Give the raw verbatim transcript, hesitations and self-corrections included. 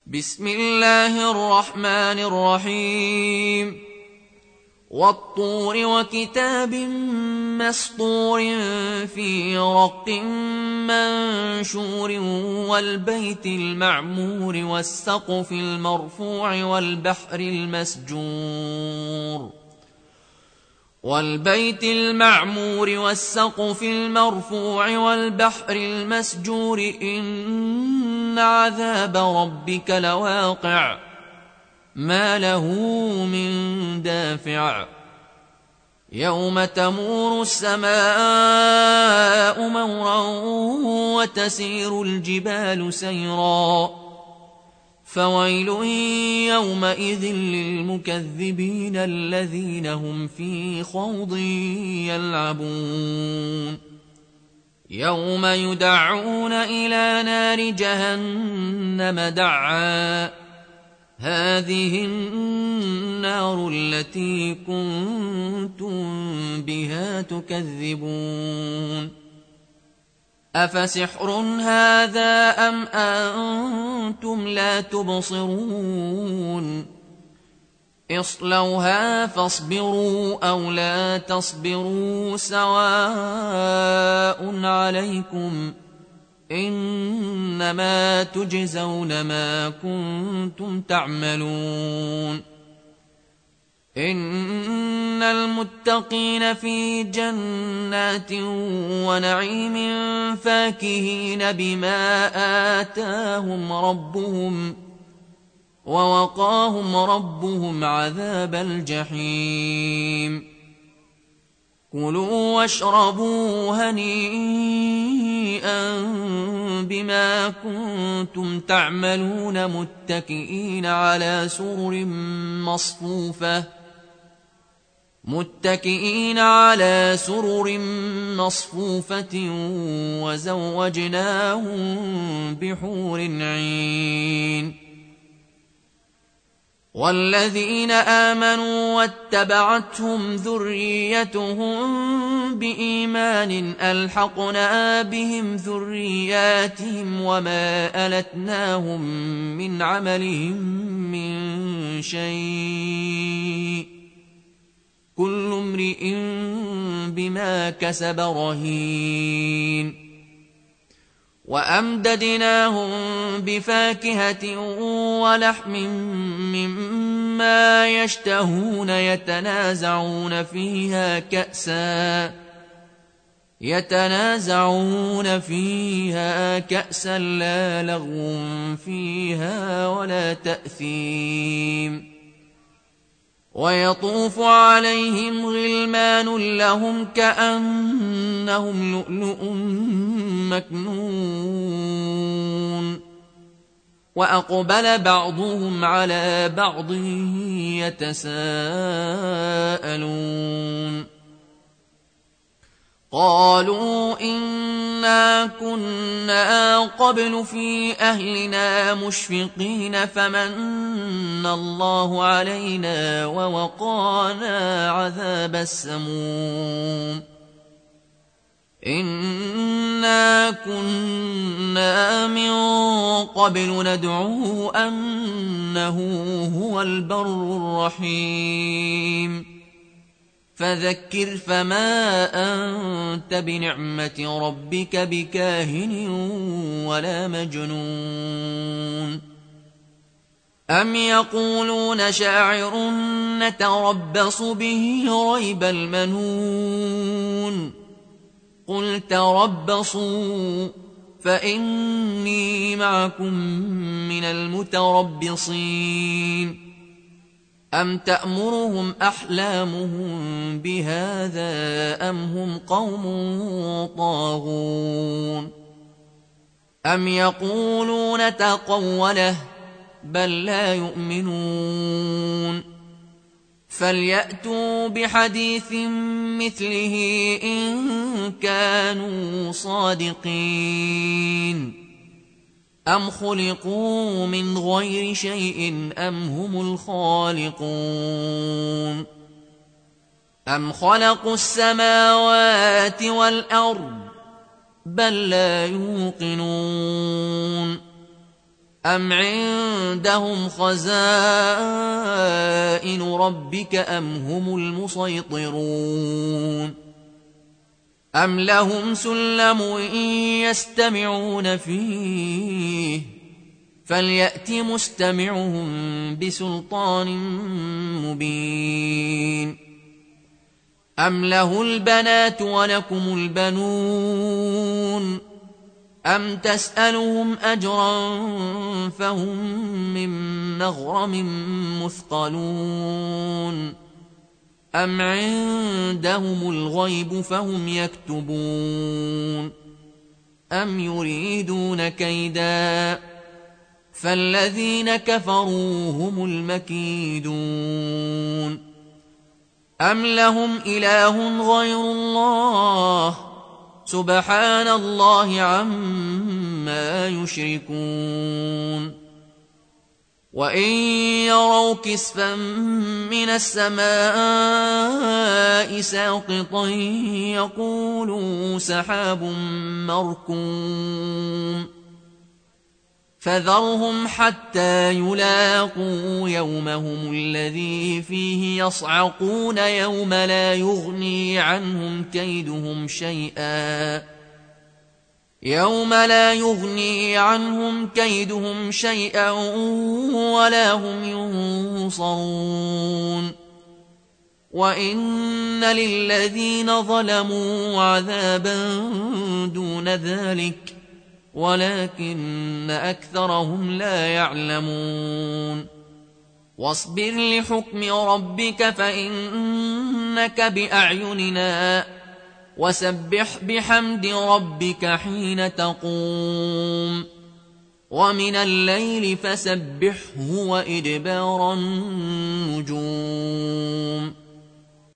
بسم الله الرحمن الرحيم والطور وكتاب مسطور في رق منشور والبيت المعمور والسقف المرفوع والبحر المسجور والبيت المعمور والسقف المرفوع والبحر المسجور إن عذاب ربك لواقع ما له من دافع يوم تمور السماء مورا وتسير الجبال سيرا فويل يومئذ للمكذبين الذين هم في خوض يلعبون يوم يدعون إلى نار جهنم دعا هذه النار التي كنتم بها تكذبون أفسحر هذا أم أنتم لا تبصرون اصلوها فاصبروا أو لا تصبروا سواء عليكم إنما تجزون ما كنتم تعملون إن المتقين في جنات ونعيم فاكهين بما آتاهم ربهم ووقاهم ربهم عذاب الجحيم كلوا واشربوا هنيئا بما كنتم تعملون متكئين على سرر مصفوفة متكئين على سرر مصفوفة وزوجناهم بحور عين والذين آمنوا واتبعتهم ذريتهم بإيمان ألحقنا بهم ذرياتهم وما ألتناهم من عملهم من شيء كل امرئ بما كسب رهين وأمددناهم بفاكهة ولحم مما يشتهون يتنازعون فيها كأسا يتنازعون فيها كأسا لا لغو فيها ولا تأثيم ويطوف عليهم غلمان لهم كأنهم لؤلؤ مكنون وأقبل بعضهم على بعض يتساءلون قالوا إنا كنا قبل في أهلنا مشفقين فمن الله علينا ووقانا عذاب السموم إنا كنا من قبل ندعوه أنه هو البر الرحيم فذكر فما أنت بنعمة ربك بكاهن ولا مجنون أم يقولون شاعر نتربص به ريب المنون قل تربصوا فإني معكم من المتربصين أم تأمرهم أحلامهم بهذا أم هم قوم طاغون أم يقولون تقوله بل لا يؤمنون فليأتوا بحديث مثله إن كانوا صادقين أم خلقوا من غير شيء أم هم الخالقون أم خلقوا السماوات والأرض بل لا يوقنون أم عندهم خزائن ربك أم هم المسيطرون أم لهم سلم يستمعون فيه فليأت مستمعهم بسلطان مبين أم له البنات ولكم البنون أم تسألهم أجرا فهم من مغرم مثقلون أم عندهم الغيب فهم يكتبون أم يريدون كيدا فالذين كفروا هم المكيدون أم لهم إله غير الله سبحان الله عما يشركون وإن يروا كسفا من السماء ساقطا يقولوا سحاب مركوم فذرهم حتى يلاقوا يومهم الذي فيه يصعقون يوم لا يغني عنهم كيدهم شيئا يوم لا يغني عنهم كيدهم شيئا ولا هم ينصرون وإن للذين ظلموا عذابا دون ذلك ولكن أكثرهم لا يعلمون واصبر لحكم ربك فإنك بأعيننا وسبح بحمد ربك حين تقوم ومن الليل فسبحه وإدبار النجوم